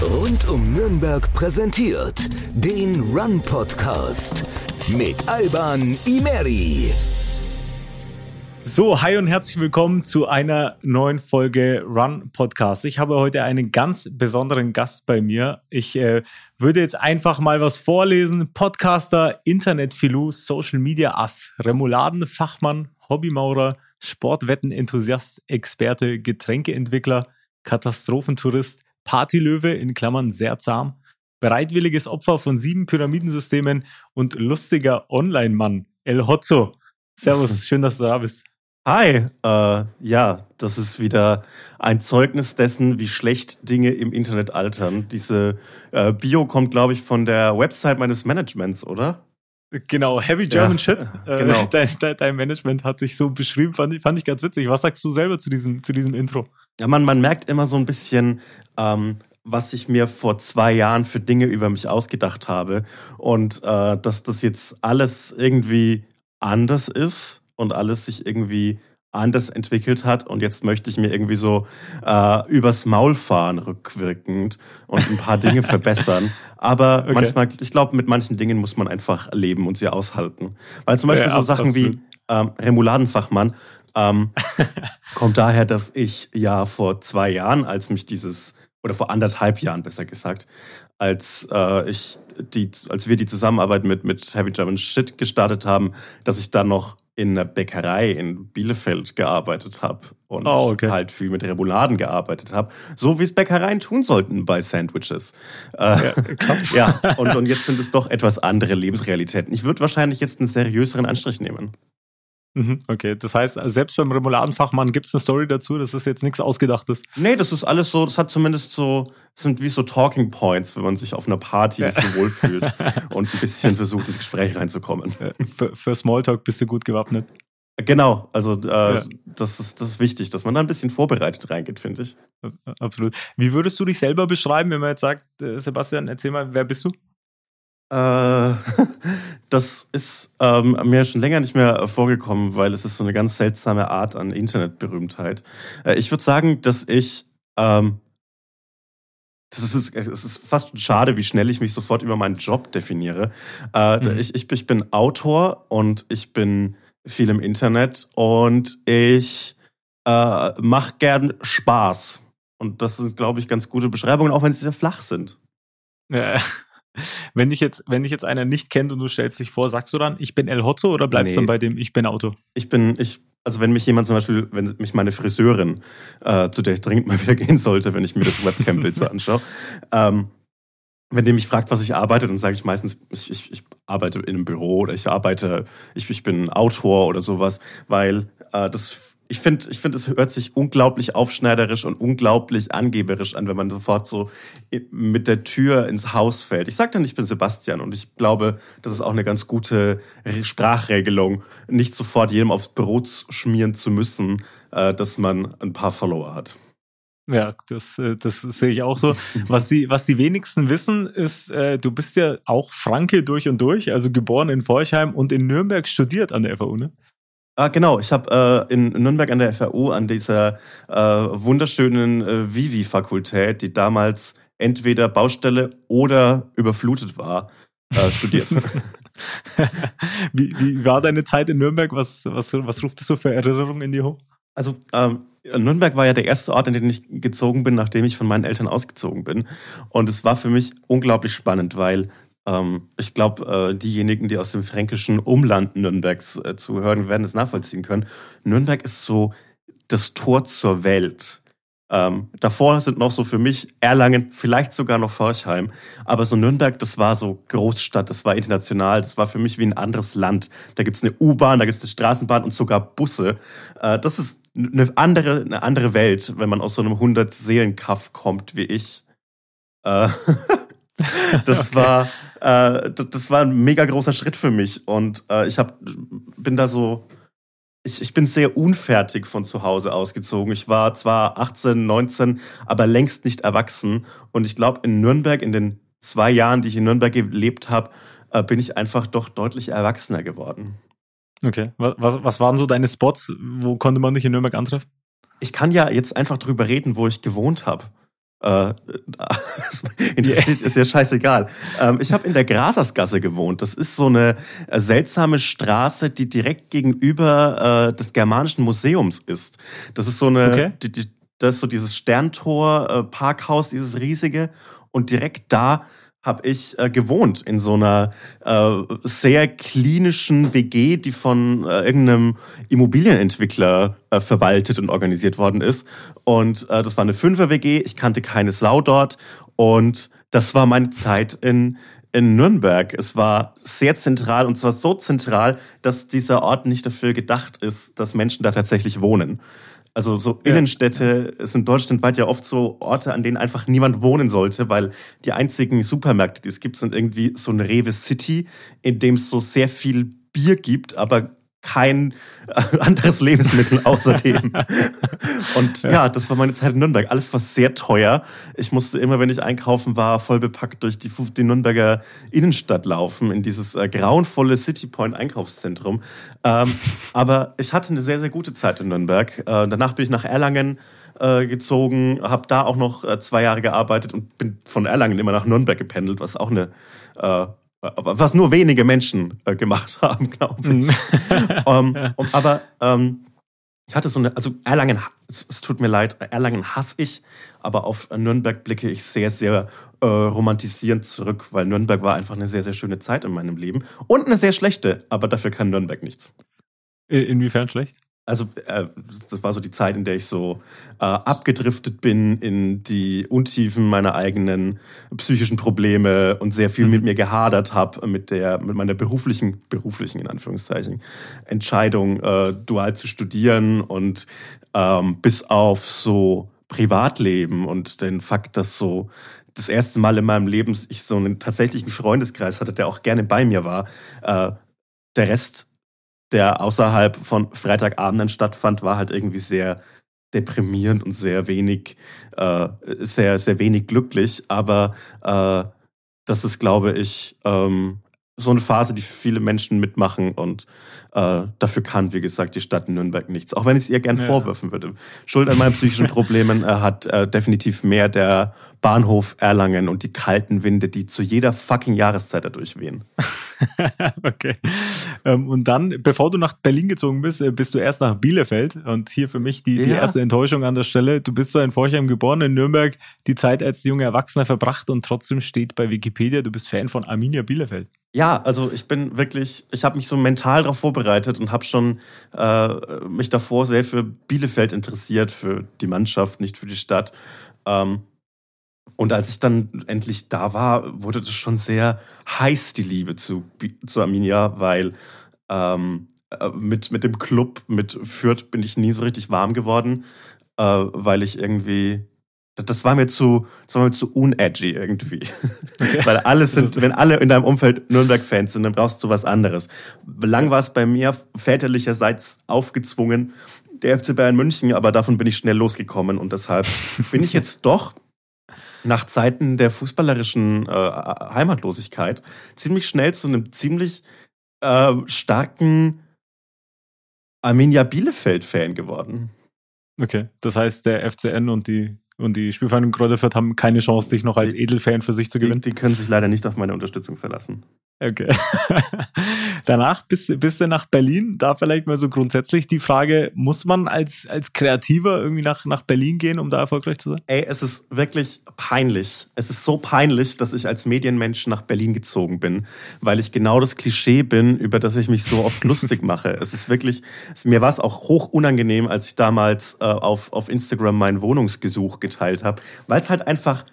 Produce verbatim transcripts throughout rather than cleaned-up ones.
Rund um Nürnberg präsentiert den Run Podcast mit Alban Imeri. So, hi und herzlich willkommen zu einer neuen Folge Run Podcast. Ich habe heute einen ganz besonderen Gast bei mir. Ich äh, würde jetzt einfach mal was vorlesen. Podcaster, Internetfilou, Social Media Ass, Remouladenfachmann, Hobbymaurer, Sportwetten-Enthusiast, Experte, Getränkeentwickler, Katastrophentourist, Partylöwe in Klammern sehr zahm, bereitwilliges Opfer von sieben Pyramidensystemen und lustiger Online-Mann, El Hotzo. Servus, schön, dass du da bist. Hi, äh, ja, das ist wieder ein Zeugnis dessen, wie schlecht Dinge im Internet altern. Diese äh, Bio kommt, glaube ich, von der Website meines Managements, oder? Genau, Heavy German ja, Shit. Äh, genau. Dein, dein, dein Management hat sich so beschrieben, fand ich, fand ich ganz witzig. Was sagst du selber zu diesem, zu diesem Intro? Ja, man, man merkt immer so ein bisschen, ähm, was ich mir vor zwei Jahren für Dinge über mich ausgedacht habe. Und äh, dass das jetzt alles irgendwie anders ist und alles sich irgendwie anders entwickelt hat. Und jetzt möchte ich mir irgendwie so äh, übers Maul fahren, rückwirkend und ein paar Dinge verbessern. Aber okay. manchmal, ich glaube, mit manchen Dingen muss man einfach leben und sie aushalten. Weil zum Beispiel ja, so Sachen absolut. wie ähm, Remouladenfachmann ähm, kommt daher, dass ich ja vor zwei Jahren, als mich dieses, oder vor anderthalb Jahren besser gesagt, als äh, ich die, als wir die Zusammenarbeit mit, mit Heavy German Shit gestartet haben, dass ich dann noch in einer Bäckerei in Bielefeld gearbeitet habe und oh, okay. halt viel mit Remouladen gearbeitet habe. So wie es Bäckereien tun sollten bei Sandwiches. Äh, ja, ja und, und jetzt sind es doch etwas andere Lebensrealitäten. Ich würde wahrscheinlich jetzt einen seriöseren Anstrich nehmen. Okay, das heißt, selbst beim Remouladenfachmann gibt es eine Story dazu, das ist jetzt nichts Ausgedachtes. Nee, das ist alles so, das hat zumindest so, das sind wie so Talking Points, wenn man sich auf einer Party ein bisschen wohlfühlt und ein bisschen versucht, ins Gespräch reinzukommen. Für, für Smalltalk bist du gut gewappnet. Genau, also äh, ja. das, ist, das ist wichtig, dass man da ein bisschen vorbereitet reingeht, finde ich. Absolut. Wie würdest du dich selber beschreiben, wenn man jetzt sagt, Sebastian, erzähl mal, wer bist du? Das ist ähm, mir schon länger nicht mehr vorgekommen, weil es ist so eine ganz seltsame Art an Internetberühmtheit. Äh, ich würde sagen, dass ich, ähm, das ist, es ist fast schon schade, wie schnell ich mich sofort über meinen Job definiere. Äh, mhm. ich, ich, ich bin Autor und ich bin viel im Internet und ich äh, mache gern Spaß. Und das sind, glaube ich, ganz gute Beschreibungen, auch wenn sie sehr flach sind. Ja. Wenn dich jetzt, wenn dich jetzt einer nicht kennt und du stellst dich vor, sagst du dann, ich bin El Hotzo oder bleibst du nee. dann bei dem, ich bin Autor? Ich bin, ich, also wenn mich jemand zum Beispiel, wenn mich meine Friseurin, äh, zu der ich dringend mal wieder gehen sollte, wenn ich mir das Webcam-Bild so anschaue, ähm, wenn die mich fragt, was ich arbeite, dann sage ich meistens, ich, ich, ich arbeite in einem Büro oder ich arbeite, ich, ich bin Autor oder sowas, weil äh, das Ich finde, ich finde, es hört sich unglaublich aufschneiderisch und unglaublich angeberisch an, wenn man sofort so mit der Tür ins Haus fällt. Ich sage dann, ich bin Sebastian und ich glaube, das ist auch eine ganz gute Sprachregelung, nicht sofort jedem aufs Brot schmieren zu müssen, dass man ein paar Follower hat. Ja, das, das sehe ich auch so. Was die, was die wenigsten wissen, ist, du bist ja auch Franke durch und durch, also geboren in Forchheim und in Nürnberg studiert an der F A U, ne? Ah, genau, ich habe äh, in Nürnberg an der F A U an dieser äh, wunderschönen äh, Vivi-Fakultät, die damals entweder Baustelle oder überflutet war, äh, studiert. wie, wie war deine Zeit in Nürnberg? Was, was, was ruft es so für Erinnerungen in dir hoch? Also ähm, Nürnberg war ja der erste Ort, in den ich gezogen bin, nachdem ich von meinen Eltern ausgezogen bin. Und es war für mich unglaublich spannend, weil Ähm, ich glaube, äh, diejenigen, die aus dem fränkischen Umland Nürnbergs äh, zuhören, werden es nachvollziehen können. Nürnberg ist so das Tor zur Welt. Ähm, davor sind noch so für mich Erlangen, vielleicht sogar noch Forchheim. Aber so Nürnberg, das war so Großstadt, das war international, das war für mich wie ein anderes Land. Da gibt's eine U-Bahn, da gibt's eine Straßenbahn und sogar Busse. Äh, das ist eine andere, eine andere Welt, wenn man aus so einem hundert-Seelen-Kaff kommt wie ich. Äh Das okay. war äh, das war ein mega großer Schritt für mich und äh, ich hab, bin da so, ich, ich bin sehr unfertig von zu Hause ausgezogen. Ich war zwar achtzehn, neunzehn, aber längst nicht erwachsen und ich glaube in Nürnberg, in den zwei Jahren, die ich in Nürnberg gelebt habe, äh, bin ich einfach doch deutlich erwachsener geworden. Okay, was, was waren so deine Spots, wo konnte man dich in Nürnberg antreffen? Ich kann ja jetzt einfach drüber reden, wo ich gewohnt habe. Äh, interessiert, ist ja scheißegal. Ähm, ich habe in der Grasersgasse gewohnt. Das ist so eine äh, seltsame Straße, die direkt gegenüber äh, des Germanischen Museums ist. Das ist so eine, Okay. die, die, das ist so dieses Sterntor, äh, Parkhaus, dieses riesige. Und direkt da habe ich äh, gewohnt in so einer äh, sehr klinischen W G, die von äh, irgendeinem Immobilienentwickler äh, verwaltet und organisiert worden ist. Und äh, das war eine Fünfer-W G, ich kannte keine Sau dort und das war meine Zeit in, in Nürnberg. Es war sehr zentral und zwar so zentral, dass dieser Ort nicht dafür gedacht ist, dass Menschen da tatsächlich wohnen. Also so Ja. Innenstädte sind deutschlandweit ja oft so Orte, an denen einfach niemand wohnen sollte, weil die einzigen Supermärkte, die es gibt, sind irgendwie so ein Rewe City, in dem es so sehr viel Bier gibt, aber kein äh, anderes Lebensmittel außerdem. Und ja, das war meine Zeit in Nürnberg. Alles war sehr teuer. Ich musste immer, wenn ich einkaufen war, voll bepackt durch die, die Nürnberger Innenstadt laufen, in dieses äh, grauenvolle City Point Einkaufszentrum. Ähm, aber ich hatte eine sehr, sehr gute Zeit in Nürnberg. Äh, danach bin ich nach Erlangen äh, gezogen, habe da auch noch äh, zwei Jahre gearbeitet und bin von Erlangen immer nach Nürnberg gependelt, was auch eine äh, was nur wenige Menschen äh, gemacht haben, glaube ich. um, um, aber ähm, ich hatte so eine, also Erlangen, es, es tut mir leid, Erlangen hasse ich, aber auf Nürnberg blicke ich sehr, sehr äh, romantisierend zurück, weil Nürnberg war einfach eine sehr, sehr schöne Zeit in meinem Leben und eine sehr schlechte, aber dafür kann Nürnberg nichts. Inwiefern schlecht? Also äh, das war so die Zeit, in der ich so äh, abgedriftet bin in die Untiefen meiner eigenen psychischen Probleme und sehr viel mhm. mit mir gehadert habe, mit der mit meiner beruflichen, beruflichen in Anführungszeichen, Entscheidung, äh, dual zu studieren und ähm, bis auf so Privatleben und den Fakt, dass so das erste Mal in meinem Leben ich so einen tatsächlichen Freundeskreis hatte, der auch gerne bei mir war, äh, der Rest der außerhalb von Freitagabenden stattfand, war halt irgendwie sehr deprimierend und sehr wenig, äh, sehr, sehr wenig glücklich. Aber äh, das ist, glaube ich, ähm, so eine Phase, die viele Menschen mitmachen und äh, dafür kann, wie gesagt, die Stadt Nürnberg nichts. Auch wenn ich es ihr gern ja. vorwerfen würde. Schuld an meinen psychischen Problemen äh, hat äh, definitiv mehr der Bahnhof Erlangen und die kalten Winde, die zu jeder fucking Jahreszeit da durchwehen. Okay. Und dann, bevor du nach Berlin gezogen bist, bist du erst nach Bielefeld. Und hier für mich die, die ja. erste Enttäuschung an der Stelle. Du bist so in Forchheim geboren, in Nürnberg, die Zeit als junger Erwachsener verbracht und trotzdem steht bei Wikipedia, du bist Fan von Arminia Bielefeld. Ja, also ich bin wirklich, ich habe mich so mental darauf vorbereitet und habe schon äh, mich davor sehr für Bielefeld interessiert, für die Mannschaft, nicht für die Stadt. Ähm, Und als ich dann endlich da war, wurde das schon sehr heiß, die Liebe zu, zu Arminia, weil ähm, mit, mit dem Club, mit Fürth bin ich nie so richtig warm geworden, äh, weil ich irgendwie, das war mir zu, das war mir zu unedgy irgendwie. Okay. Weil alle sind, wenn alle in deinem Umfeld Nürnberg-Fans sind, dann brauchst du was anderes. Lang war es bei mir väterlicherseits aufgezwungen, der F C Bayern München, aber davon bin ich schnell losgekommen und deshalb bin ich jetzt doch nach Zeiten der fußballerischen äh, Heimatlosigkeit ziemlich schnell zu einem ziemlich äh, starken Arminia Bielefeld-Fan geworden. Okay, das heißt, der F C N und die, und die Spielvereinigung Greuther Fürth haben keine Chance, dich noch als die, Edelfan für sich zu gewinnen? Die, die können sich leider nicht auf meine Unterstützung verlassen. Okay. Danach bist, bist du nach Berlin. Da vielleicht mal so grundsätzlich die Frage, muss man als, als Kreativer irgendwie nach, nach Berlin gehen, um da erfolgreich zu sein? Ey, es ist wirklich peinlich. Es ist so peinlich, dass ich als Medienmensch nach Berlin gezogen bin, weil ich genau das Klischee bin, über das ich mich so oft lustig mache. Es ist wirklich, es, mir war es auch hoch unangenehm, als ich damals äh, auf, auf Instagram mein Wohnungsgesuch geteilt habe, weil es halt einfach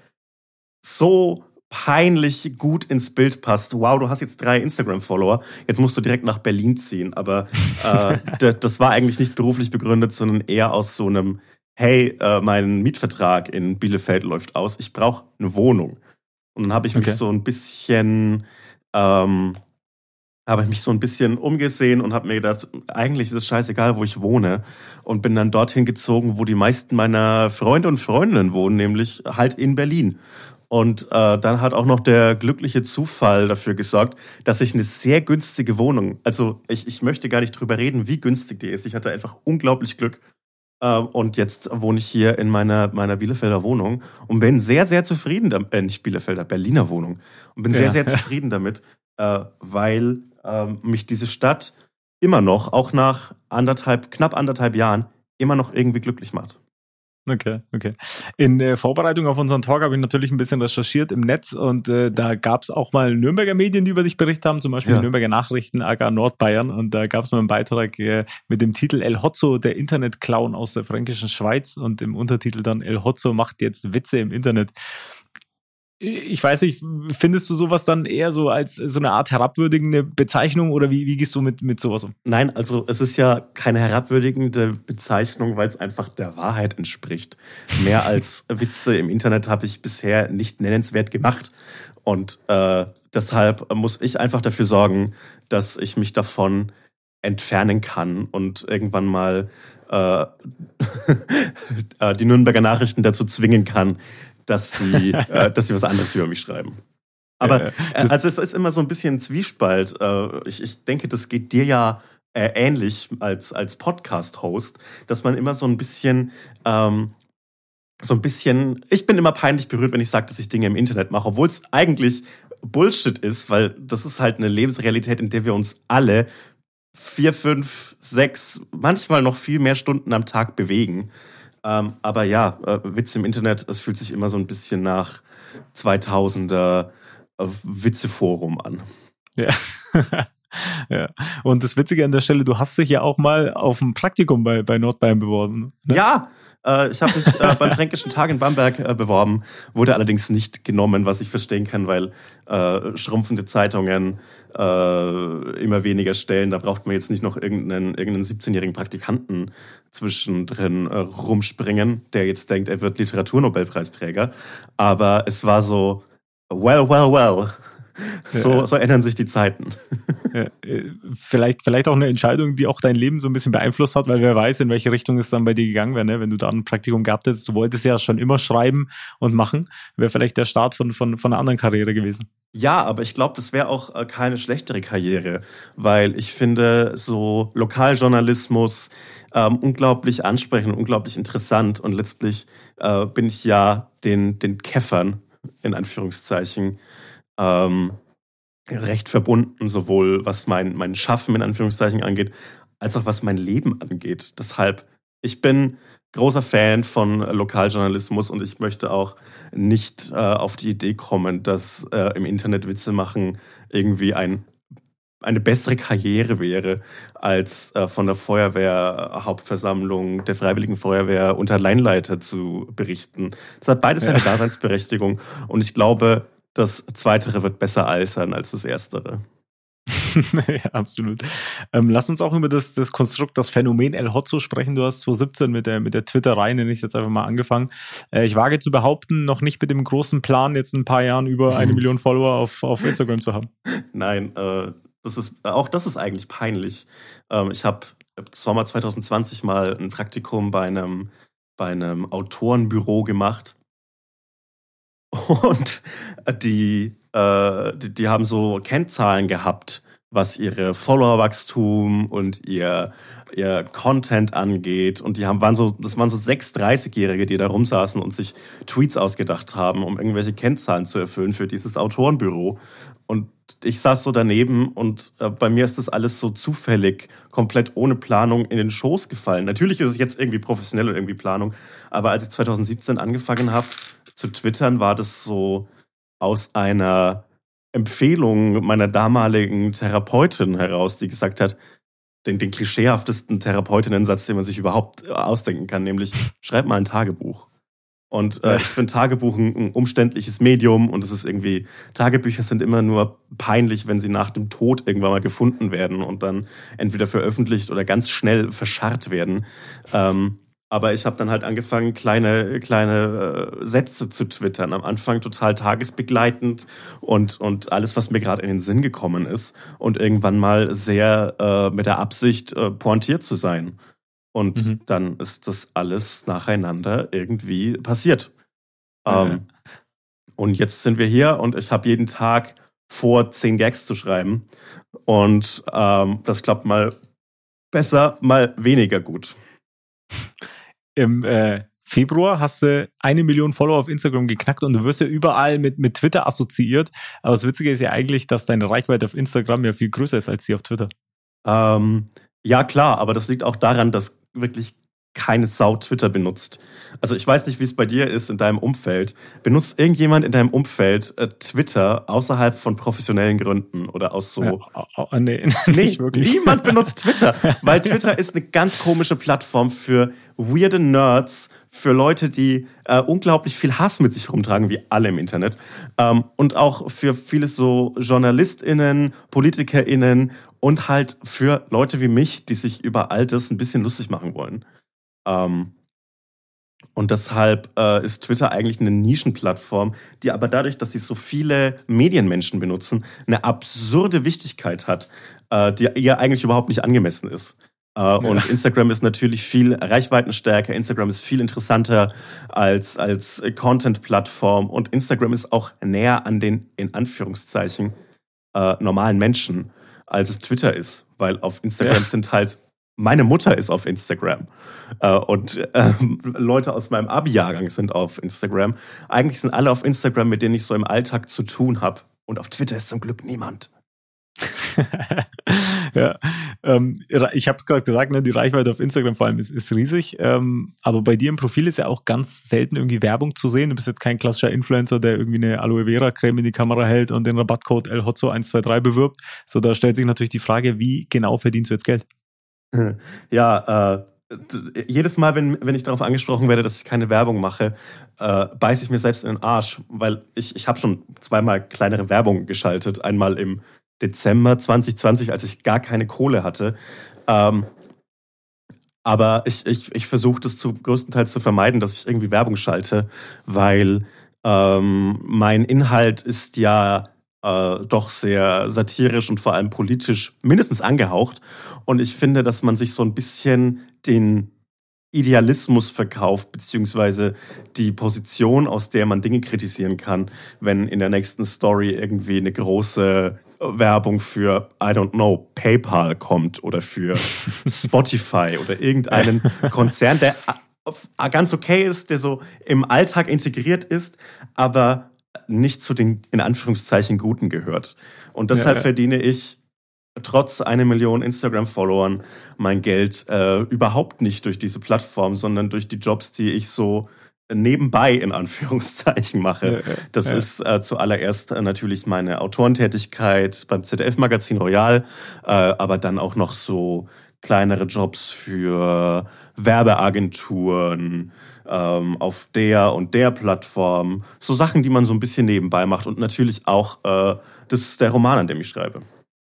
so peinlich gut ins Bild passt. Wow, du hast jetzt drei Instagram-Follower, jetzt musst du direkt nach Berlin ziehen. Aber äh, d- das war eigentlich nicht beruflich begründet, sondern eher aus so einem, hey, äh, mein Mietvertrag in Bielefeld läuft aus, ich brauche eine Wohnung. Und dann habe ich mich okay. so ein bisschen, ähm, habe ich mich so ein bisschen umgesehen und habe mir gedacht, eigentlich ist es scheißegal, wo ich wohne. Und bin dann dorthin gezogen, wo die meisten meiner Freunde und Freundinnen wohnen, nämlich halt in Berlin. Und äh, dann hat auch noch der glückliche Zufall dafür gesorgt, dass ich eine sehr günstige Wohnung, also ich, ich möchte gar nicht drüber reden, wie günstig die ist. Ich hatte einfach unglaublich Glück. äh, und jetzt wohne ich hier in meiner, meiner Bielefelder Wohnung und bin sehr, sehr zufrieden damit, äh, nicht Bielefelder, Berliner Wohnung und bin sehr, ja. sehr zufrieden damit, äh, weil äh, mich diese Stadt immer noch, auch nach anderthalb, knapp anderthalb Jahren, immer noch irgendwie glücklich macht. Okay, okay. In äh, Vorbereitung auf unseren Talk habe ich natürlich ein bisschen recherchiert im Netz und äh, da gab es auch mal Nürnberger Medien, die über dich berichtet haben, zum Beispiel ja. die Nürnberger Nachrichten, aka Nordbayern, und da gab es mal einen Beitrag äh, mit dem Titel El Hotzo, der Internetclown aus der fränkischen Schweiz, und im Untertitel dann El Hotzo macht jetzt Witze im Internet. Ich weiß nicht, findest du sowas dann eher so als so eine Art herabwürdigende Bezeichnung oder wie, wie gehst du mit, mit sowas um? Nein, also es ist ja keine herabwürdigende Bezeichnung, weil es einfach der Wahrheit entspricht. Mehr als Witze im Internet habe ich bisher nicht nennenswert gemacht und äh, deshalb muss ich einfach dafür sorgen, dass ich mich davon entfernen kann und irgendwann mal äh, die Nürnberger Nachrichten dazu zwingen kann, dass sie, äh, dass sie was anderes über mich schreiben. Aber äh, also es ist immer so ein bisschen ein Zwiespalt. Äh, ich, ich denke, das geht dir ja äh, ähnlich als, als Podcast-Host, dass man immer so ein bisschen, ähm, so ein bisschen, ich bin immer peinlich berührt, wenn ich sage, dass ich Dinge im Internet mache, obwohl es eigentlich Bullshit ist, weil das ist halt eine Lebensrealität, in der wir uns alle vier, fünf, sechs, manchmal noch viel mehr Stunden am Tag bewegen. Ähm, aber ja, äh, Witze im Internet, es fühlt sich immer so ein bisschen nach zweitausender äh, Witzeforum an. Ja. Ja. Und das Witzige an der Stelle, du hast dich ja auch mal auf ein Praktikum bei, bei Nordbayern beworben. Ne? Ja, äh, ich habe mich äh, beim Fränkischen Tag in Bamberg äh, beworben, wurde allerdings nicht genommen, was ich verstehen kann, weil äh, schrumpfende Zeitungen, äh, immer weniger Stellen, da braucht man jetzt nicht noch irgendeinen, irgendeinen siebzehnjährigen Praktikanten zwischendrin äh, rumspringen, der jetzt denkt, er wird Literaturnobelpreisträger. Aber es war so, well, well, well. So, ja. so ändern sich die Zeiten. Ja, vielleicht, vielleicht auch eine Entscheidung, die auch dein Leben so ein bisschen beeinflusst hat, weil wer weiß, in welche Richtung es dann bei dir gegangen wäre, ne? Wenn du da ein Praktikum gehabt hättest. Du wolltest ja schon immer schreiben und machen, wäre vielleicht der Start von, von, von einer anderen Karriere gewesen. Ja, aber ich glaube, das wäre auch keine schlechtere Karriere, weil ich finde, so Lokaljournalismus ähm, unglaublich ansprechend, unglaublich interessant und letztlich äh, bin ich ja den, den Käffern, in Anführungszeichen, ähm, recht verbunden, sowohl was mein, mein Schaffen in Anführungszeichen angeht, als auch was mein Leben angeht. Deshalb, ich bin großer Fan von Lokaljournalismus und ich möchte auch nicht äh, auf die Idee kommen, dass äh, im Internet Witze machen irgendwie ein, eine bessere Karriere wäre, als äh, von der Feuerwehrhauptversammlung der Freiwilligen Feuerwehr unter Leinleiter zu berichten. Es hat beides eine ja. Daseinsberechtigung und ich glaube, das Zweitere wird besser altern als das Erstere. Ja, absolut. Ähm, lass uns auch über das, das Konstrukt, das Phänomen El Hotzo sprechen. Du hast zwanzig siebzehn mit der, mit der Twitterei, nenne ich es jetzt einfach mal, angefangen. Äh, ich wage zu behaupten, noch nicht mit dem großen Plan, jetzt in ein paar Jahren über eine Million Follower auf, auf Instagram zu haben. Nein, äh, das ist, auch das ist eigentlich peinlich. Ähm, ich habe im Sommer zwanzig zwanzig mal ein Praktikum bei einem, bei einem Autorenbüro gemacht. Und die, äh, die, die haben so Kennzahlen gehabt, was ihre Followerwachstum und ihr, ihr Content angeht. Und die haben, waren so, das waren so sechs dreißigjährige, die da rumsaßen und sich Tweets ausgedacht haben, um irgendwelche Kennzahlen zu erfüllen für dieses Autorenbüro. Und ich saß so daneben und äh, bei mir ist das alles so zufällig, komplett ohne Planung in den Schoß gefallen. Natürlich ist es jetzt irgendwie professionell und irgendwie Planung, aber als ich zwanzig siebzehn angefangen habe zu twittern, war das so aus einer Empfehlung meiner damaligen Therapeutin heraus, die gesagt hat, den, den klischeehaftesten Therapeutinnensatz, den man sich überhaupt ausdenken kann, nämlich schreib mal ein Tagebuch. Und äh, ich finde Tagebuch ein, ein umständliches Medium und es ist irgendwie, Tagebücher sind immer nur peinlich, wenn sie nach dem Tod irgendwann mal gefunden werden und dann entweder veröffentlicht oder ganz schnell verscharrt werden. Ähm, aber ich habe dann halt angefangen, kleine kleine äh, Sätze zu twittern. Am Anfang total tagesbegleitend und, und alles, was mir gerade in den Sinn gekommen ist. Und irgendwann mal sehr äh, mit der Absicht, äh, pointiert zu sein. Und mhm. dann ist das alles nacheinander irgendwie passiert. Ja. Ähm, und jetzt sind wir hier und ich habe jeden Tag vor, zehn Gags zu schreiben. Und ähm, das klappt mal besser, mal weniger gut. im äh, Februar hast du eine Million Follower auf Instagram geknackt und du wirst ja überall mit, mit Twitter assoziiert. Aber das Witzige ist ja eigentlich, dass deine Reichweite auf Instagram ja viel größer ist als die auf Twitter. Ähm, ja, klar, aber das liegt auch daran, dass wirklich keine Sau Twitter benutzt. Also ich weiß nicht, wie es bei dir ist in deinem Umfeld. Benutzt irgendjemand in deinem Umfeld äh, Twitter außerhalb von professionellen Gründen oder aus so... Ja, oh, oh, nee, nicht nicht wirklich. Niemand benutzt Twitter, weil Twitter ist eine ganz komische Plattform für weirde Nerds, für Leute, die äh, unglaublich viel Hass mit sich rumtragen, wie alle im Internet. Ähm, und auch für viele so JournalistInnen, PolitikerInnen und halt für Leute wie mich, die sich über all das ein bisschen lustig machen wollen. Ähm, und deshalb äh, ist Twitter eigentlich eine Nischenplattform, die aber dadurch, dass sie so viele Medienmenschen benutzen, eine absurde Wichtigkeit hat, äh, die ihr eigentlich überhaupt nicht angemessen ist. Äh, ja. Und Instagram ist natürlich viel reichweitenstärker, Instagram ist viel interessanter als, als Content-Plattform und Instagram ist auch näher an den, in Anführungszeichen, äh, normalen Menschen, als es Twitter ist. Weil auf Instagram ja. sind halt Meine Mutter ist auf Instagram äh, und äh, Leute aus meinem Abi-Jahrgang sind auf Instagram. Eigentlich sind alle auf Instagram, mit denen ich so im Alltag zu tun habe. Und auf Twitter ist zum Glück niemand. Ja, ähm, ich habe es gerade gesagt, ne, die Reichweite auf Instagram vor allem ist, ist riesig. Ähm, aber bei dir im Profil ist ja auch ganz selten irgendwie Werbung zu sehen. Du bist jetzt kein klassischer Influencer, der irgendwie eine Aloe Vera Creme in die Kamera hält und den Rabattcode El Hotzo eins zwei drei bewirbt. So, da stellt sich natürlich die Frage, wie genau verdienst du jetzt Geld? Ja, äh, jedes Mal, wenn, wenn ich darauf angesprochen werde, dass ich keine Werbung mache, äh, beiße ich mir selbst in den Arsch, weil ich, ich habe schon zweimal kleinere Werbung geschaltet. Einmal im Dezember zwanzig zwanzig, als ich gar keine Kohle hatte. Ähm, aber ich, ich, ich versuche das zu größtenteils zu vermeiden, dass ich irgendwie Werbung schalte, weil ähm, mein Inhalt ist ja Äh, doch sehr satirisch und vor allem politisch mindestens angehaucht. Und ich finde, dass man sich so ein bisschen den Idealismus verkauft, beziehungsweise die Position, aus der man Dinge kritisieren kann, wenn in der nächsten Story irgendwie eine große Werbung für, I don't know, PayPal kommt oder für Spotify oder irgendeinen Konzern, der ganz okay ist, der so im Alltag integriert ist, aber nicht zu den, in Anführungszeichen, Guten gehört. Und deshalb ja, ja. verdiene ich trotz einer Million Instagram-Followern mein Geld äh, überhaupt nicht durch diese Plattform, sondern durch die Jobs, die ich so nebenbei in Anführungszeichen mache. Ja, ja, das ja. ist äh, zuallererst äh, natürlich meine Autorentätigkeit beim Z D F-Magazin Royal, äh, aber dann auch noch so kleinere Jobs für Werbeagenturen, ähm, auf der und der Plattform. So Sachen, die man so ein bisschen nebenbei macht. Und natürlich auch, äh, das ist der Roman, an dem ich schreibe.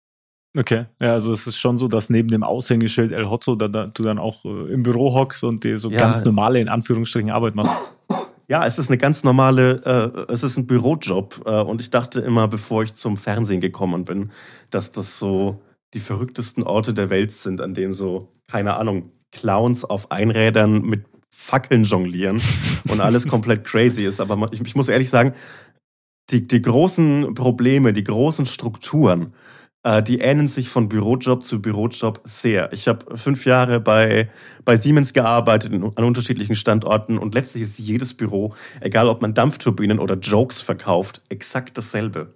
Okay, ja, also es ist schon so, dass neben dem Aushängeschild El Hotzo da, da, du dann auch äh, im Büro hockst und dir so ja. ganz normale, in Anführungsstrichen, Arbeit machst. Ja, es ist eine ganz normale, äh, es ist ein Bürojob. Äh, und ich dachte immer, bevor ich zum Fernsehen gekommen bin, dass das so die verrücktesten Orte der Welt sind, an denen so, keine Ahnung, Clowns auf Einrädern mit Fackeln jonglieren und alles komplett crazy ist. Aber ich, ich muss ehrlich sagen, die, die großen Probleme, die großen Strukturen, äh, die ähneln sich von Bürojob zu Bürojob sehr. Ich habe fünf Jahre bei, bei Siemens gearbeitet, in, an unterschiedlichen Standorten und letztlich ist jedes Büro, egal ob man Dampfturbinen oder Jokes verkauft, exakt dasselbe.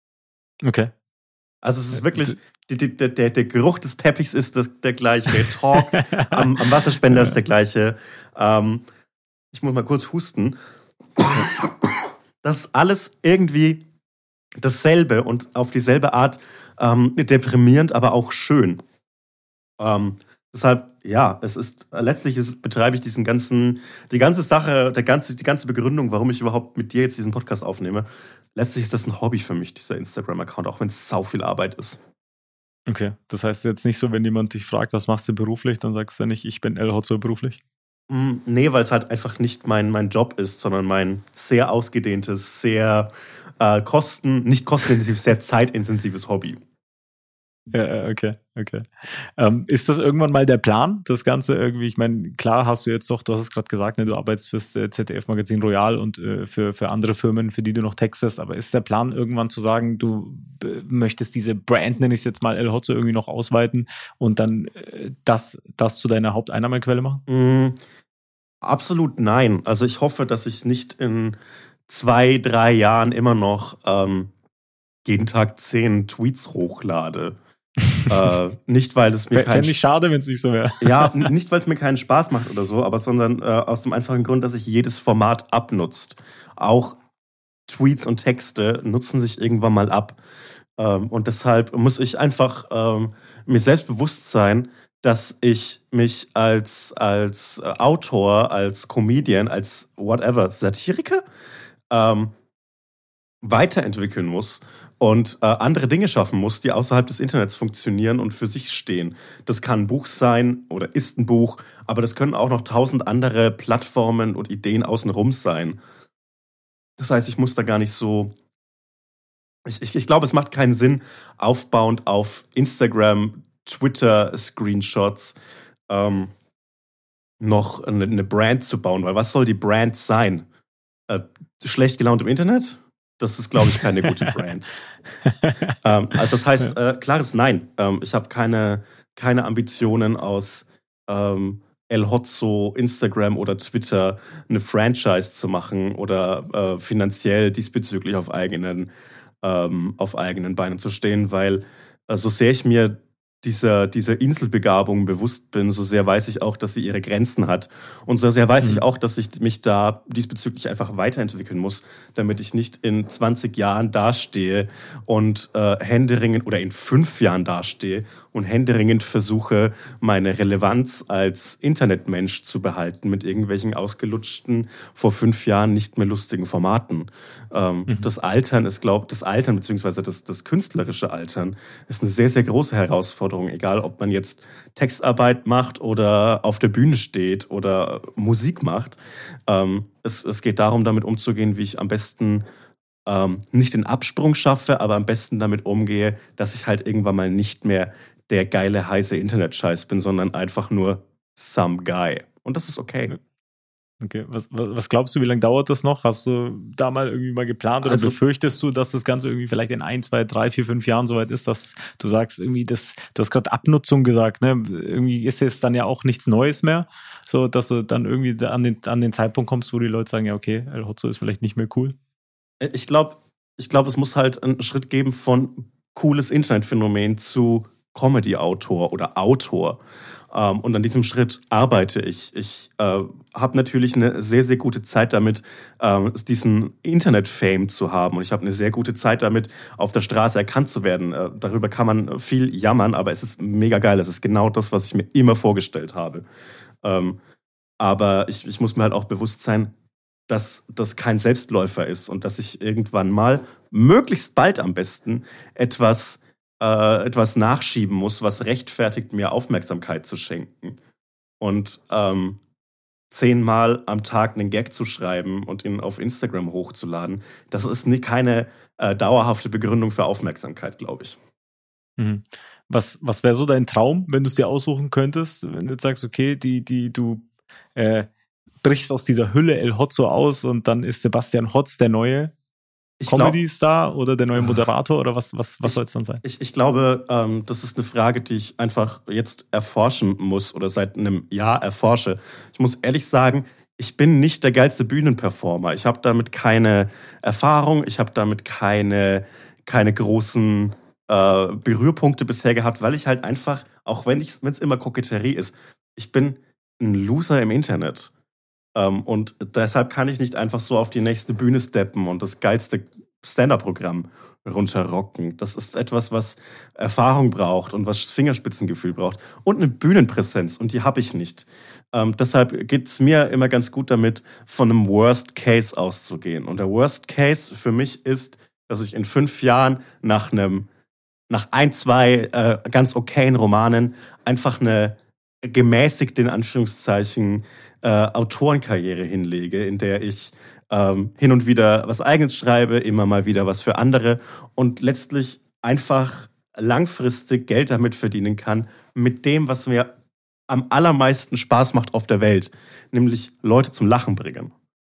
Okay. Also es ist wirklich, die, die, der, der Geruch des Teppichs ist das, der gleiche, der Talk am, am Wasserspender ist der gleiche. Ähm, ich muss mal kurz husten. Das ist alles irgendwie dasselbe und auf dieselbe Art ähm, deprimierend, aber auch schön. Ähm, deshalb, ja, es ist letztlich ist, betreibe ich diesen ganzen, die ganze Sache, der ganze, die ganze Begründung, warum ich überhaupt mit dir jetzt diesen Podcast aufnehme. Letztlich ist das ein Hobby für mich, dieser Instagram-Account, auch wenn es sau viel Arbeit ist. Okay, das heißt jetzt nicht so, wenn jemand dich fragt, was machst du beruflich, dann sagst du nicht, ich bin El Hotzo beruflich? Mm, nee, weil es halt einfach nicht mein, mein Job ist, sondern mein sehr ausgedehntes, sehr äh, kosten, nicht kostenintensiv, sehr zeitintensives Hobby. Ja, okay, okay. Ähm, ist das irgendwann mal der Plan, das Ganze irgendwie? Ich meine, klar hast du jetzt doch, du hast es gerade gesagt, ne, du arbeitest fürs äh, Z D F-Magazin Royal und äh, für, für andere Firmen, für die du noch textest, aber ist der Plan irgendwann zu sagen, du äh, möchtest diese Brand, nenne ich es jetzt mal, El Hotzo, irgendwie noch ausweiten und dann äh, das, das zu deiner Haupteinnahmequelle machen? Mm, Absolut nein. Also ich hoffe, dass ich nicht in zwei, drei Jahren immer noch ähm, jeden Tag zehn Tweets hochlade. äh, nicht, weil es mir keinen Fände ich schade, wenn es nicht so wäre. Ja, nicht, weil es mir keinen Spaß macht oder so, aber sondern äh, aus dem einfachen Grund, dass sich jedes Format abnutzt. Auch Tweets und Texte nutzen sich irgendwann mal ab. Ähm, und deshalb muss ich einfach ähm, mir selbst bewusst sein, dass ich mich als, als äh, Autor, als Comedian, als whatever, Satiriker ähm, weiterentwickeln muss und äh, andere Dinge schaffen muss, die außerhalb des Internets funktionieren und für sich stehen. Das kann ein Buch sein oder ist ein Buch, aber das können auch noch tausend andere Plattformen und Ideen außenrum sein. Das heißt, ich muss da gar nicht so... Ich, ich, ich glaube, es macht keinen Sinn, aufbauend auf Instagram, Twitter-Screenshots ähm, noch eine, eine Brand zu bauen, weil was soll die Brand sein? Äh, schlecht gelaunt im Internet? Das ist, glaube ich, keine gute Brand. ähm, also das heißt, äh, klares Nein. Ähm, ich habe keine, keine Ambitionen aus ähm, El Hotzo, Instagram oder Twitter eine Franchise zu machen oder äh, finanziell diesbezüglich auf eigenen, ähm, auf eigenen Beinen zu stehen, weil äh, so sehr ich mir dieser, dieser Inselbegabung bewusst bin, so sehr weiß ich auch, dass sie ihre Grenzen hat. Und so sehr weiß mhm. ich auch, dass ich mich da diesbezüglich einfach weiterentwickeln muss, damit ich nicht in zwanzig Jahren dastehe und äh, händeringend oder in fünf Jahren dastehe und händeringend versuche, meine Relevanz als Internetmensch zu behalten mit irgendwelchen ausgelutschten, vor fünf Jahren nicht mehr lustigen Formaten. Ähm, mhm. Das Altern ist, glaube ich, das Altern beziehungsweise das, das künstlerische Altern ist eine sehr, sehr große Herausforderung. Egal, ob man jetzt Textarbeit macht oder auf der Bühne steht oder Musik macht. Ähm, es, es geht darum, damit umzugehen, wie ich am besten ähm, nicht den Absprung schaffe, aber am besten damit umgehe, dass ich halt irgendwann mal nicht mehr der geile, heiße Internet-Scheiß bin, sondern einfach nur some guy. Und das ist okay. Okay, was, was, was glaubst du, wie lange dauert das noch? Hast du da mal irgendwie mal geplant oder also, befürchtest du, dass das Ganze irgendwie vielleicht in ein, zwei, drei, vier, fünf Jahren soweit ist, dass du sagst, irgendwie das, du hast gerade Abnutzung gesagt, ne? Irgendwie ist es dann ja auch nichts Neues mehr, so dass du dann irgendwie an den, an den Zeitpunkt kommst, wo die Leute sagen, ja okay, El Hotzo ist vielleicht nicht mehr cool. Ich glaube, ich glaub, es muss halt einen Schritt geben von cooles Internetphänomen zu Comedy-Autor oder Autor. Um, und an diesem Schritt arbeite ich. Ich äh, habe natürlich eine sehr, sehr gute Zeit damit, äh, diesen Internet-Fame zu haben. Und ich habe eine sehr gute Zeit damit, auf der Straße erkannt zu werden. Äh, darüber kann man viel jammern, aber es ist mega geil. Es ist genau das, was ich mir immer vorgestellt habe. Ähm, aber ich, ich muss mir halt auch bewusst sein, dass das kein Selbstläufer ist und dass ich irgendwann mal, möglichst bald am besten, etwas Äh, etwas nachschieben muss, was rechtfertigt, mir Aufmerksamkeit zu schenken. Und ähm, zehnmal am Tag einen Gag zu schreiben und ihn auf Instagram hochzuladen, das ist nie, keine äh, dauerhafte Begründung für Aufmerksamkeit, glaube ich. Mhm. Was, was wäre so dein Traum, wenn du es dir aussuchen könntest? Wenn du jetzt sagst, okay, die, die, du äh, brichst aus dieser Hülle El Hotzo aus und dann ist Sebastian Hotz der neue Comedy-Star oder der neue Moderator oder was, was, was soll es dann sein? Ich, ich glaube, ähm, das ist eine Frage, die ich einfach jetzt erforschen muss oder seit einem Jahr erforsche. Ich muss ehrlich sagen, ich bin nicht der geilste Bühnenperformer. Ich habe damit keine Erfahrung, ich habe damit keine, keine großen äh, Berührpunkte bisher gehabt, weil ich halt einfach, auch wenn es immer Koketterie ist, ich bin ein Loser im Internet. Um, und deshalb kann ich nicht einfach so auf die nächste Bühne steppen und das geilste Stand-Up-Programm runterrocken. Das ist etwas, was Erfahrung braucht und was Fingerspitzengefühl braucht und eine Bühnenpräsenz und die habe ich nicht. Um, deshalb geht es mir immer ganz gut damit, von einem Worst Case auszugehen. Und der Worst Case für mich ist, dass ich in fünf Jahren nach einem, nach ein, zwei äh, ganz okayen Romanen einfach eine gemäßigte, in Anführungszeichen, Äh, Autorenkarriere hinlege, in der ich ähm, hin und wieder was Eigenes schreibe, immer mal wieder was für andere und letztlich einfach langfristig Geld damit verdienen kann, mit dem, was mir am allermeisten Spaß macht auf der Welt, nämlich Leute zum Lachen bringen.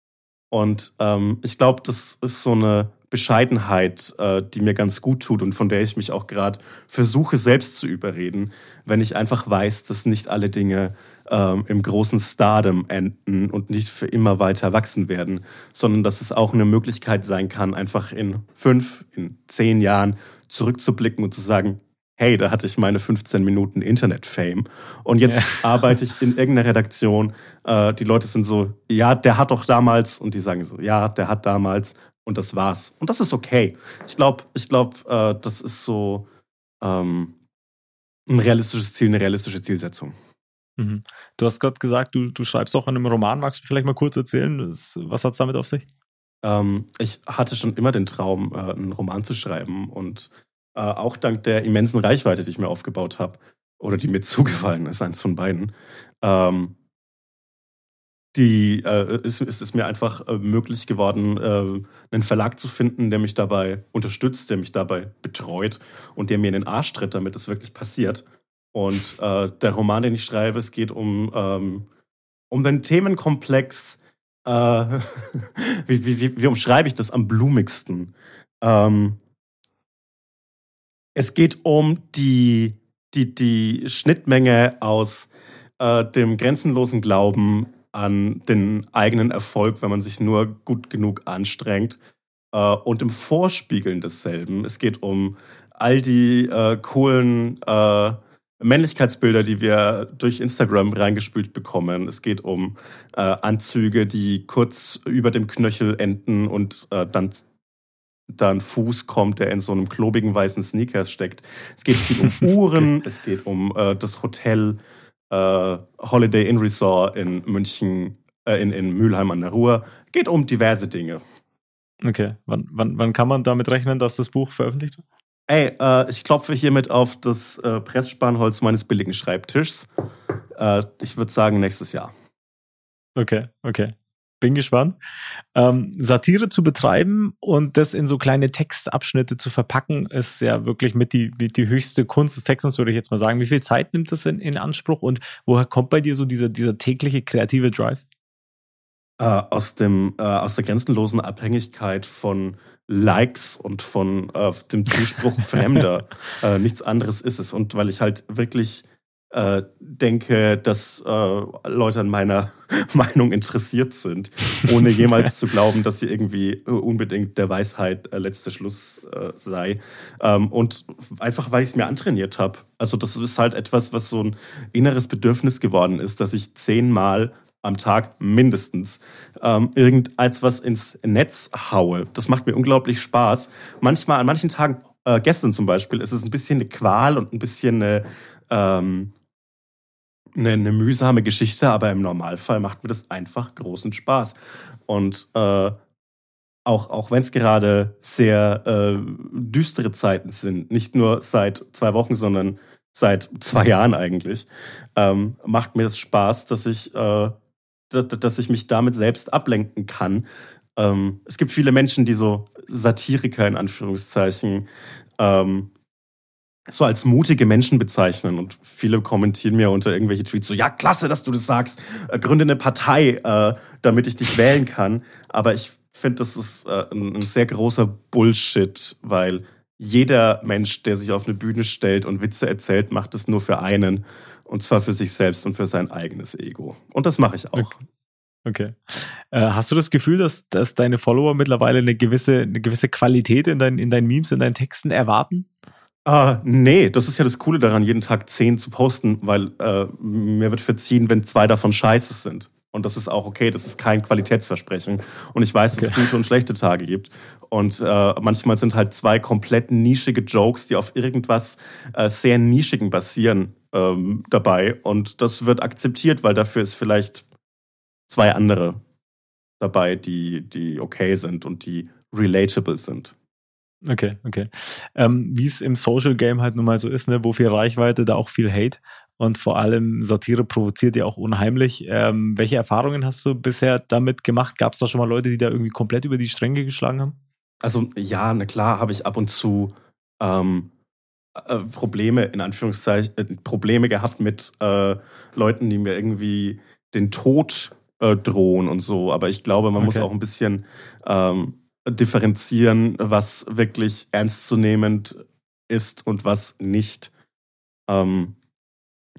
Und ähm, ich glaube, das ist so eine Bescheidenheit, äh, die mir ganz gut tut und von der ich mich auch gerade versuche, selbst zu überreden, wenn ich einfach weiß, dass nicht alle Dinge ähm, im großen Stardom enden und nicht für immer weiter wachsen werden, sondern dass es auch eine Möglichkeit sein kann, einfach in fünf, in zehn Jahren zurückzublicken und zu sagen, hey, da hatte ich meine fünfzehn Minuten Internet-Fame und jetzt ja. arbeite ich in irgendeiner Redaktion. Äh, die Leute sind so, ja, der hat doch damals, und die sagen so, ja, der hat damals und das war's. Und das ist okay. Ich glaube, ich glaube, äh, das ist so ähm, ein realistisches Ziel, eine realistische Zielsetzung. Mhm. Du hast gerade gesagt, du, du schreibst auch an einem Roman. Magst du vielleicht mal kurz erzählen? Was, was hat es damit auf sich? Ähm, ich hatte schon immer den Traum, äh, einen Roman zu schreiben und äh, auch dank der immensen Reichweite, die ich mir aufgebaut habe oder die mir zugefallen ist, eins von beiden, ähm, die äh, ist, ist es mir einfach äh, möglich geworden, äh, einen Verlag zu finden, der mich dabei unterstützt, der mich dabei betreut und der mir in den Arsch tritt, damit es wirklich passiert. Und äh, der Roman, den ich schreibe, es geht um, ähm, um den Themenkomplex, äh, wie, wie, wie umschreibe ich das am blumigsten? Ähm, es geht um die, die, die Schnittmenge aus äh, dem grenzenlosen Glauben an den eigenen Erfolg, wenn man sich nur gut genug anstrengt, äh, und im Vorspiegeln desselben. Es geht um all die äh, coolen äh, Männlichkeitsbilder, die wir durch Instagram reingespült bekommen. Es geht um äh, Anzüge, die kurz über dem Knöchel enden und äh, dann da ein Fuß kommt, der in so einem klobigen weißen Sneakers steckt. Es geht viel um Uhren, okay. Es geht um äh, das Hotel äh, Holiday Inn Resort in München, äh, in, in Mülheim an der Ruhr. Geht um diverse Dinge. Okay, wann, wann, wann kann man damit rechnen, dass das Buch veröffentlicht wird? Ey, äh, ich klopfe hiermit auf das äh, Pressspanholz meines billigen Schreibtischs. Äh, ich würde sagen, nächstes Jahr. Okay, okay. Bin gespannt. Ähm, Satire zu betreiben und das in so kleine Textabschnitte zu verpacken, ist ja wirklich mit die, mit die höchste Kunst des Textens, würde ich jetzt mal sagen. Wie viel Zeit nimmt das in, in Anspruch und woher kommt bei dir so dieser, dieser tägliche kreative Drive? Äh, aus, dem, äh, aus der grenzenlosen Abhängigkeit von Likes und von äh, dem Zuspruch Fremder. äh, nichts anderes ist es. Und weil ich halt wirklich äh, denke, dass äh, Leute an meiner Meinung interessiert sind, ohne jemals zu glauben, dass sie irgendwie unbedingt der Weisheit äh, letzter Schluss äh, sei. Ähm, und einfach, weil ich es mir antrainiert habe. Also das ist halt etwas, was so ein inneres Bedürfnis geworden ist, dass ich zehnmal am Tag mindestens ähm, irgendetwas ins Netz haue. Das macht mir unglaublich Spaß. Manchmal, an manchen Tagen, äh, gestern zum Beispiel, ist es ein bisschen eine Qual und ein bisschen eine, ähm, eine, eine mühsame Geschichte, aber im Normalfall macht mir das einfach großen Spaß. Und äh, auch, auch wenn es gerade sehr äh, düstere Zeiten sind, nicht nur seit zwei Wochen, sondern seit zwei Jahren eigentlich, ähm, macht mir das Spaß, dass ich äh, dass ich mich damit selbst ablenken kann. Ähm, es gibt viele Menschen, die so Satiriker in Anführungszeichen ähm, so als mutige Menschen bezeichnen und viele kommentieren mir unter irgendwelche Tweets so, ja, klasse, dass du das sagst, äh, gründe eine Partei, äh, damit ich dich wählen kann. Aber ich finde, das ist äh, ein, ein sehr großer Bullshit, weil jeder Mensch, der sich auf eine Bühne stellt und Witze erzählt, macht es nur für einen. Und zwar für sich selbst und für sein eigenes Ego. Und das mache ich auch. Okay. okay. Äh, hast du das Gefühl, dass, dass deine Follower mittlerweile eine gewisse, eine gewisse Qualität in, dein, in deinen Memes, in deinen Texten erwarten? Uh, nee, das ist ja das Coole daran, jeden Tag zehn zu posten, weil äh, mir wird verziehen, wenn zwei davon scheiße sind. Und das ist auch okay, das ist kein Qualitätsversprechen. Und ich weiß, dass okay. es gute und schlechte Tage gibt. Und äh, manchmal sind halt zwei komplett nischige Jokes, die auf irgendwas äh, sehr Nischigen basieren, ähm, dabei. Und das wird akzeptiert, weil dafür ist vielleicht zwei andere dabei, die, die okay sind und die relatable sind. Okay, okay. Ähm, wie es im Social Game halt nun mal so ist, ne, wo viel Reichweite, da auch viel Hate. Und vor allem Satire provoziert ja auch unheimlich. Ähm, welche Erfahrungen hast du bisher damit gemacht? Gab es da schon mal Leute, die da irgendwie komplett über die Stränge geschlagen haben? Also ja, na klar, habe ich ab und zu ähm, äh, Probleme, in Anführungszeichen, äh, Probleme gehabt mit äh, Leuten, die mir irgendwie den Tod äh, drohen und so. Aber ich glaube, man okay. muss auch ein bisschen ähm, differenzieren, was wirklich ernstzunehmend ist und was nicht. Ähm,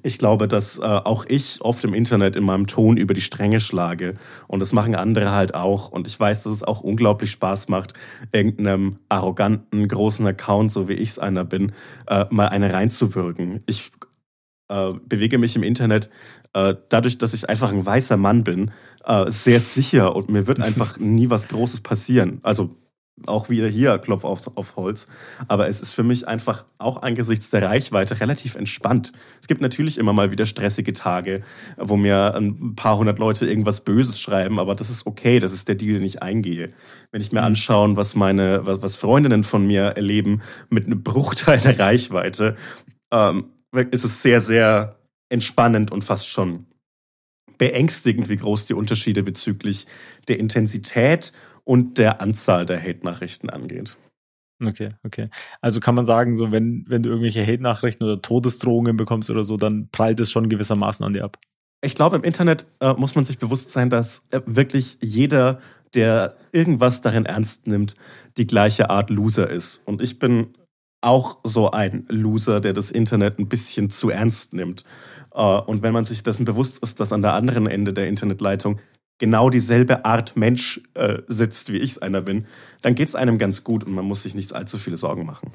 Ich glaube, dass äh, auch ich oft im Internet in meinem Ton über die Stränge schlage und das machen andere halt auch und ich weiß, dass es auch unglaublich Spaß macht, irgendeinem arroganten, großen Account, so wie ich es einer bin, äh, mal eine reinzuwürgen. Ich äh, bewege mich im Internet äh, dadurch, dass ich einfach ein weißer Mann bin, äh, sehr sicher und mir wird einfach nie was Großes passieren. Also auch wieder hier, Klopf auf, auf Holz. Aber es ist für mich einfach auch angesichts der Reichweite relativ entspannt. Es gibt natürlich immer mal wieder stressige Tage, wo mir ein paar hundert Leute irgendwas Böses schreiben, aber das ist okay, das ist der Deal, den ich eingehe. Wenn ich mir Mhm. anschaue, was meine, was, was Freundinnen von mir erleben mit einem Bruchteil der Reichweite, ähm, ist es sehr, sehr entspannend und fast schon beängstigend, wie groß die Unterschiede bezüglich der Intensität und der Anzahl der Hate-Nachrichten angeht. Okay, okay. Also kann man sagen, so wenn, wenn du irgendwelche Hate-Nachrichten oder Todesdrohungen bekommst oder so, dann prallt es schon gewissermaßen an dir ab. Ich glaube, im Internet äh, muss man sich bewusst sein, dass äh, wirklich jeder, der irgendwas darin ernst nimmt, die gleiche Art Loser ist. Und ich bin auch so ein Loser, der das Internet ein bisschen zu ernst nimmt. Äh, und wenn man sich dessen bewusst ist, dass an der anderen Ende der Internetleitung genau dieselbe Art Mensch äh, sitzt, wie ich es einer bin, dann geht es einem ganz gut und man muss sich nicht allzu viele Sorgen machen.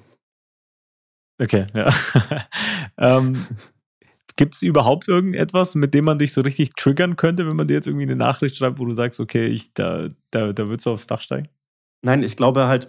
Okay, ja. ähm, Gibt es überhaupt irgendetwas, mit dem man dich so richtig triggern könnte, wenn man dir jetzt irgendwie eine Nachricht schreibt, wo du sagst, okay, ich, da, da, da würdest du aufs Dach steigen? Nein, ich glaube halt,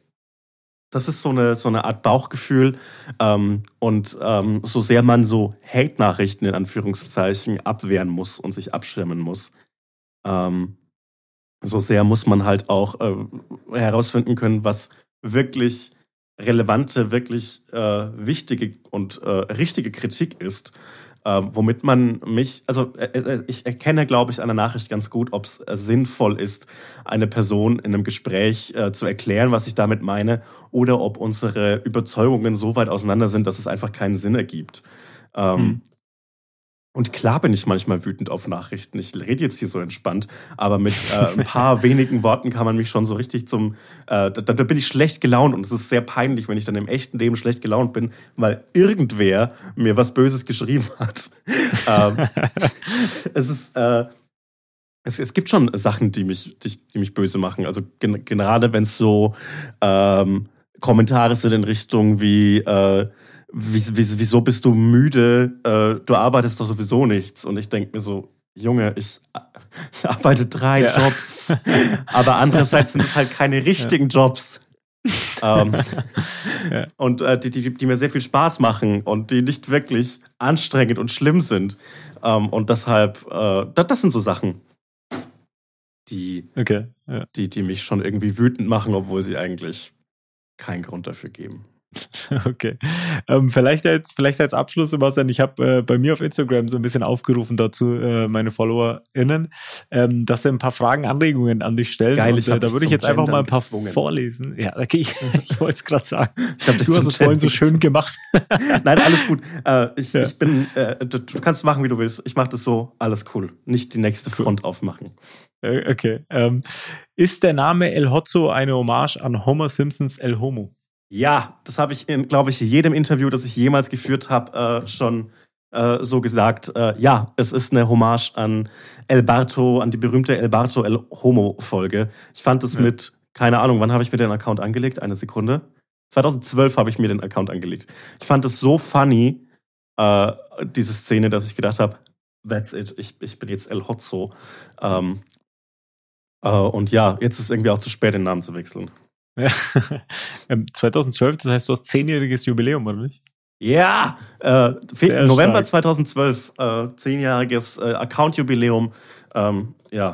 das ist so eine, so eine Art Bauchgefühl. Ähm, und ähm, so sehr man so Hate-Nachrichten in Anführungszeichen abwehren muss und sich abschirmen muss, ähm, so sehr muss man halt auch äh, herausfinden können, was wirklich relevante, wirklich äh, wichtige und äh, richtige Kritik ist, äh, womit man mich, also äh, ich erkenne, glaube ich, an der Nachricht ganz gut, ob es äh, sinnvoll ist, eine Person in einem Gespräch äh, zu erklären, was ich damit meine, oder ob unsere Überzeugungen so weit auseinander sind, dass es einfach keinen Sinn ergibt. Ähm, Hm. Und klar bin ich manchmal wütend auf Nachrichten. Ich rede jetzt hier so entspannt, aber mit äh, ein paar wenigen Worten kann man mich schon so richtig zum... Äh, da, da bin ich schlecht gelaunt und es ist sehr peinlich, wenn ich dann im echten Leben schlecht gelaunt bin, weil irgendwer mir was Böses geschrieben hat. ähm, es ist... Äh, es, es gibt schon Sachen, die mich, die, die mich böse machen. Also gen- gerade wenn es so ähm, Kommentare sind in Richtung wie... Äh, Wie, wie, wieso bist du müde? Äh, du arbeitest doch sowieso nichts. Und ich denke mir so, Junge, ich, ich arbeite drei Ja. Jobs. Aber andererseits sind es halt keine richtigen ja. Jobs. ähm, ja. Und äh, die, die, die mir sehr viel Spaß machen und die nicht wirklich anstrengend und schlimm sind. Ähm, und deshalb, äh, das, das sind so Sachen, die, okay. ja. die, die mich schon irgendwie wütend machen, obwohl sie eigentlich keinen Grund dafür geben. Okay. Ähm, vielleicht, als, vielleicht als Abschluss, Sebastian, ich habe äh, bei mir auf Instagram so ein bisschen aufgerufen dazu, äh, meine FollowerInnen, ähm, dass sie ein paar Fragen, Anregungen an dich stellen. Geil, und, ich äh, da würde ich jetzt einfach mal ein paar gezwungen. vorlesen. Ja, okay, ich, ich wollte es gerade sagen. Ich du hast es vorhin so schön gemacht. Nein, alles gut. Äh, ich, ja. ich bin, äh, du, du kannst machen, wie du willst. Ich mache das so, alles cool. Nicht die nächste Front cool. aufmachen. Äh, okay. Ähm, ist der Name El Hotzo eine Hommage an Homer Simpsons El Homo? Ja, das habe ich in, glaube ich, jedem Interview, das ich jemals geführt habe, äh, schon äh, so gesagt. Äh, ja, es ist eine Hommage an El Barto, an die berühmte El Barto El Homo-Folge. Ich fand es ja. mit, keine Ahnung, wann habe ich mir den Account angelegt? Eine Sekunde. zwanzig zwölf habe ich mir den Account angelegt. Ich fand es so funny, äh, diese Szene, dass ich gedacht habe, that's it, ich, ich bin jetzt El Hotzo. Ähm, äh, und ja, jetzt ist es irgendwie auch zu spät, den Namen zu wechseln. Ja. zwanzig zwölf, das heißt, du hast zehnjähriges Jubiläum, oder nicht? Ja, äh, November stark. zwanzig zwölf, äh, zehnjähriges äh, Account-Jubiläum. Ähm, ja.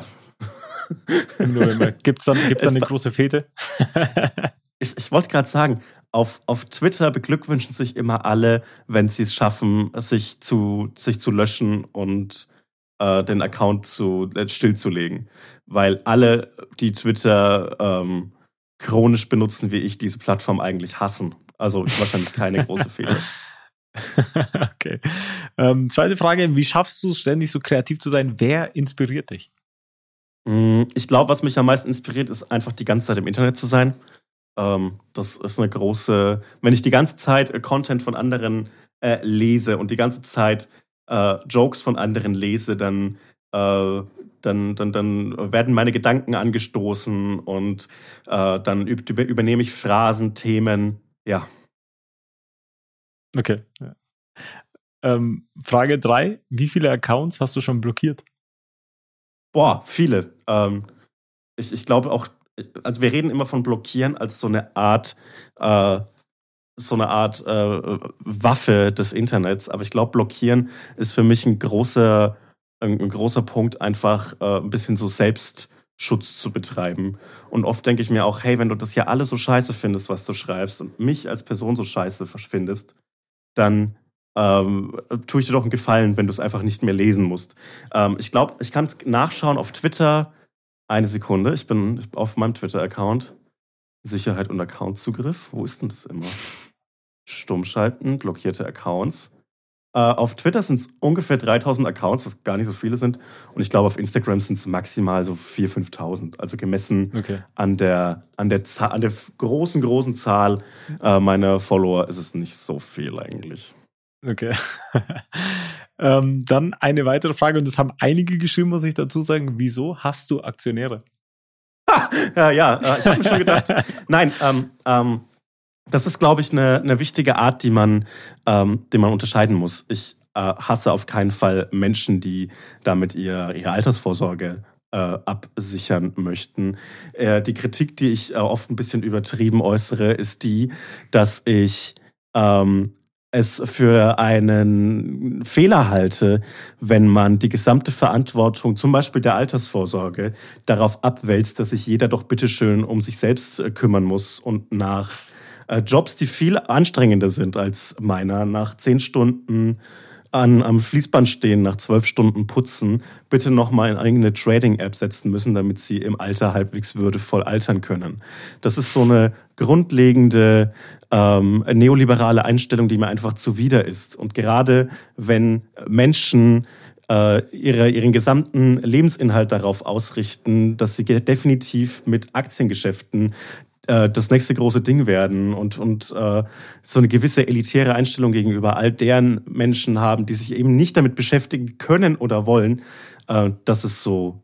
Im November. Gibt es dann, gibt's dann eine große Fete? ich ich wollte gerade sagen, auf, auf Twitter beglückwünschen sich immer alle, wenn sie es schaffen, sich zu, sich zu löschen und äh, den Account zu, äh, stillzulegen. Weil alle, die Twitter ähm, chronisch benutzen, wie ich, diese Plattform eigentlich hassen. Also wahrscheinlich keine große Fehler. Okay. Ähm, zweite Frage, wie schaffst du es, ständig so kreativ zu sein? Wer inspiriert dich? Ich glaube, was mich am meisten inspiriert, ist einfach die ganze Zeit im Internet zu sein. Ähm, das ist eine große... Wenn ich die ganze Zeit Content von anderen äh, lese und die ganze Zeit äh, Jokes von anderen lese, dann, äh, dann, dann, dann werden meine Gedanken angestoßen und äh, dann über, übernehme ich Phrasen, Themen, ja. Okay. Ja. Ähm, Frage drei. Wie viele Accounts hast du schon blockiert? Boah, viele. Ähm, ich, ich glaube auch, also wir reden immer von Blockieren als so eine Art, äh, so eine Art äh, Waffe des Internets, aber ich glaube, Blockieren ist für mich ein großer, ein, ein großer Punkt, einfach äh, ein bisschen so Selbstschutz zu betreiben. Und oft denke ich mir auch, hey, wenn du das ja alle so scheiße findest, was du schreibst, und mich als Person so scheiße findest, dann ähm, tue ich dir doch einen Gefallen, wenn du es einfach nicht mehr lesen musst. Ähm, ich glaube, ich kann es nachschauen auf Twitter. Eine Sekunde, ich bin auf meinem Twitter-Account. Sicherheit und Accountzugriff. Wo ist denn das immer? Stummschalten, blockierte Accounts. Äh, auf Twitter sind es ungefähr dreitausend Accounts, was gar nicht so viele sind. Und ich glaube, auf Instagram sind es maximal so viertausend, fünftausend. Also gemessen okay. an, der, an, der Zahl, an der großen, großen Zahl äh, meiner Follower ist es nicht so viel eigentlich. Okay. ähm, dann eine weitere Frage, und das haben einige geschrieben, muss ich dazu sagen. Wieso hast du Aktionäre? Ha, ja, ja, äh, ich habe mir schon gedacht. Nein, ähm, ähm, das ist, glaube ich, eine, eine wichtige Art, die man, ähm, die man unterscheiden muss. Ich äh, hasse auf keinen Fall Menschen, die damit ihr, ihre Altersvorsorge äh, absichern möchten. Äh, die Kritik, die ich äh, oft ein bisschen übertrieben äußere, ist die, dass ich ähm, es für einen Fehler halte, wenn man die gesamte Verantwortung, zum Beispiel der Altersvorsorge, darauf abwälzt, dass sich jeder doch bitteschön um sich selbst kümmern muss und nach äh, Jobs, die viel anstrengender sind als meiner, nach zehn Stunden an, am Fließband stehen, nach zwölf Stunden putzen, bitte nochmal in eigene Trading-App setzen müssen, damit sie im Alter halbwegs würdevoll altern können. Das ist so eine grundlegende ähm, neoliberale Einstellung, die mir einfach zuwider ist. Und gerade wenn Menschen äh, ihre, ihren gesamten Lebensinhalt darauf ausrichten, dass sie definitiv mit Aktiengeschäften das nächste große Ding werden und, und äh, so eine gewisse elitäre Einstellung gegenüber all deren Menschen haben, die sich eben nicht damit beschäftigen können oder wollen, äh, das ist so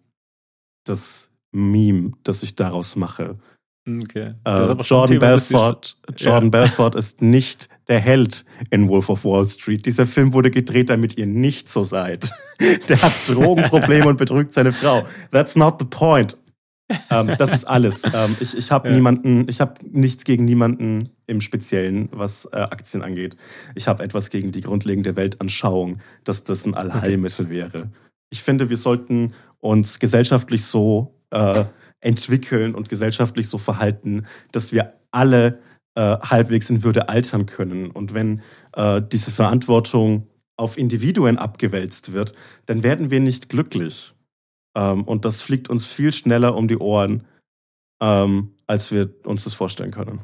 das Meme, das ich daraus mache. Okay. Das äh, Jordan, Thema, Belfort, Jordan ja. Belfort ist nicht der Held in Wolf of Wall Street. Dieser Film wurde gedreht, damit ihr nicht so seid. Der hat Drogenprobleme und betrügt seine Frau. That's not the point. ähm, das ist alles. Ähm, ich ich habe ja. niemanden, ich habe nichts gegen niemanden im Speziellen, was äh, Aktien angeht. Ich habe etwas gegen die grundlegende Weltanschauung, dass das ein Allheilmittel okay. wäre. Ich finde, wir sollten uns gesellschaftlich so äh, entwickeln und gesellschaftlich so verhalten, dass wir alle äh, halbwegs in Würde altern können. Und wenn äh, diese Verantwortung auf Individuen abgewälzt wird, dann werden wir nicht glücklich. Ähm, und das fliegt uns viel schneller um die Ohren, ähm, als wir uns das vorstellen können.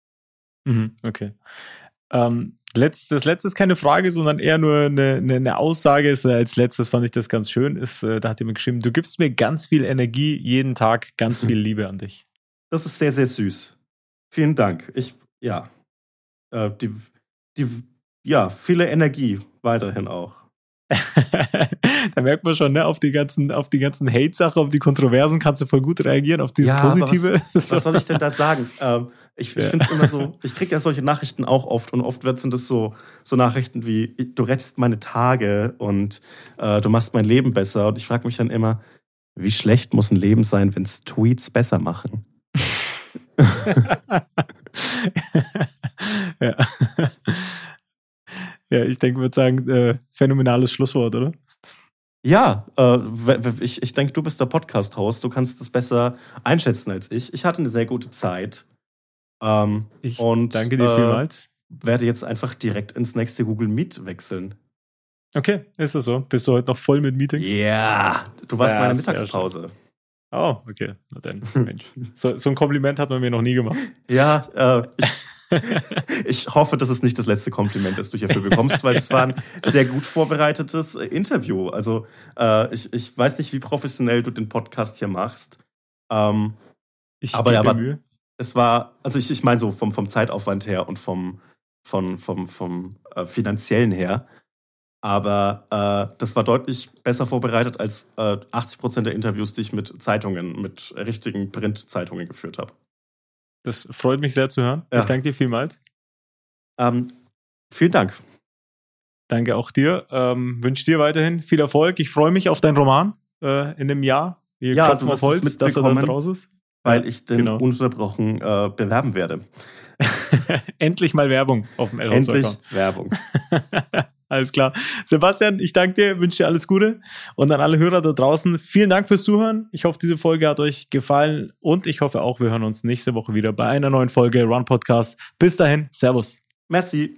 Mhm, okay. Ähm, letzt, das letzte ist keine Frage, sondern eher nur eine, eine, eine Aussage. Ist, äh, als letztes fand ich das ganz schön. Ist, äh, da hat jemand geschrieben, du gibst mir ganz viel Energie jeden Tag, ganz viel Liebe an dich. Das ist sehr, sehr süß. Vielen Dank. Ich, ja, äh, die, die, ja, viele Energie weiterhin auch. Da merkt man schon, ne, auf die ganzen, auf die ganzen Hate-Sachen, auf die Kontroversen kannst du voll gut reagieren, auf dieses ja, Positive. Was, was soll ich denn da sagen? Ähm, ich ich ja. finde es immer so, ich kriege ja solche Nachrichten auch oft und oft sind das so, so Nachrichten wie, du rettest meine Tage und äh, du machst mein Leben besser. Und ich frage mich dann immer, wie schlecht muss ein Leben sein, wenn es Tweets besser machen? Ja. Ja, ich denke, ich würde sagen, äh, phänomenales Schlusswort, oder? Ja, äh, ich, ich denke, du bist der Podcast-Host. Du kannst das besser einschätzen als ich. Ich hatte eine sehr gute Zeit. Ähm, ich und, danke dir vielmals. Äh, werde jetzt einfach direkt ins nächste Google Meet wechseln. Okay, ist es so? Bist du heute noch voll mit Meetings? Ja, yeah, du warst ja, meine Mittagspause. Oh, okay. Na dann, Mensch. So, so ein Kompliment hat man mir noch nie gemacht. Ja, äh, ich ich hoffe, dass es nicht das letzte Kompliment ist, das du hierfür bekommst, weil es war ein sehr gut vorbereitetes Interview. Also äh, ich, ich weiß nicht, wie professionell du den Podcast hier machst. Ähm, ich aber gebe aber Mühe. Es war, also ich, ich meine so vom, vom Zeitaufwand her und vom, vom, vom, vom äh, finanziellen her. Aber äh, das war deutlich besser vorbereitet als äh, achtzig Prozent der Interviews, die ich mit Zeitungen, mit richtigen Printzeitungen geführt habe. Das freut mich sehr zu hören. Ja. Ich danke dir vielmals. Ähm, vielen Dank. Danke auch dir. Ähm, wünsche dir weiterhin viel Erfolg. Ich freue mich auf deinen Roman äh, in einem Jahr. Wir ja, klopfen auf Holz, dass er dann draußen ist. Weil ich den genau. ununterbrochen äh, bewerben werde. Endlich mal Werbung auf dem L-Holz. Endlich Werbung. Alles klar. Sebastian, ich danke dir, wünsche dir alles Gute. Und an alle Hörer da draußen, vielen Dank fürs Zuhören. Ich hoffe, diese Folge hat euch gefallen. Und ich hoffe auch, wir hören uns nächste Woche wieder bei einer neuen Folge Run Podcast. Bis dahin, Servus. Merci.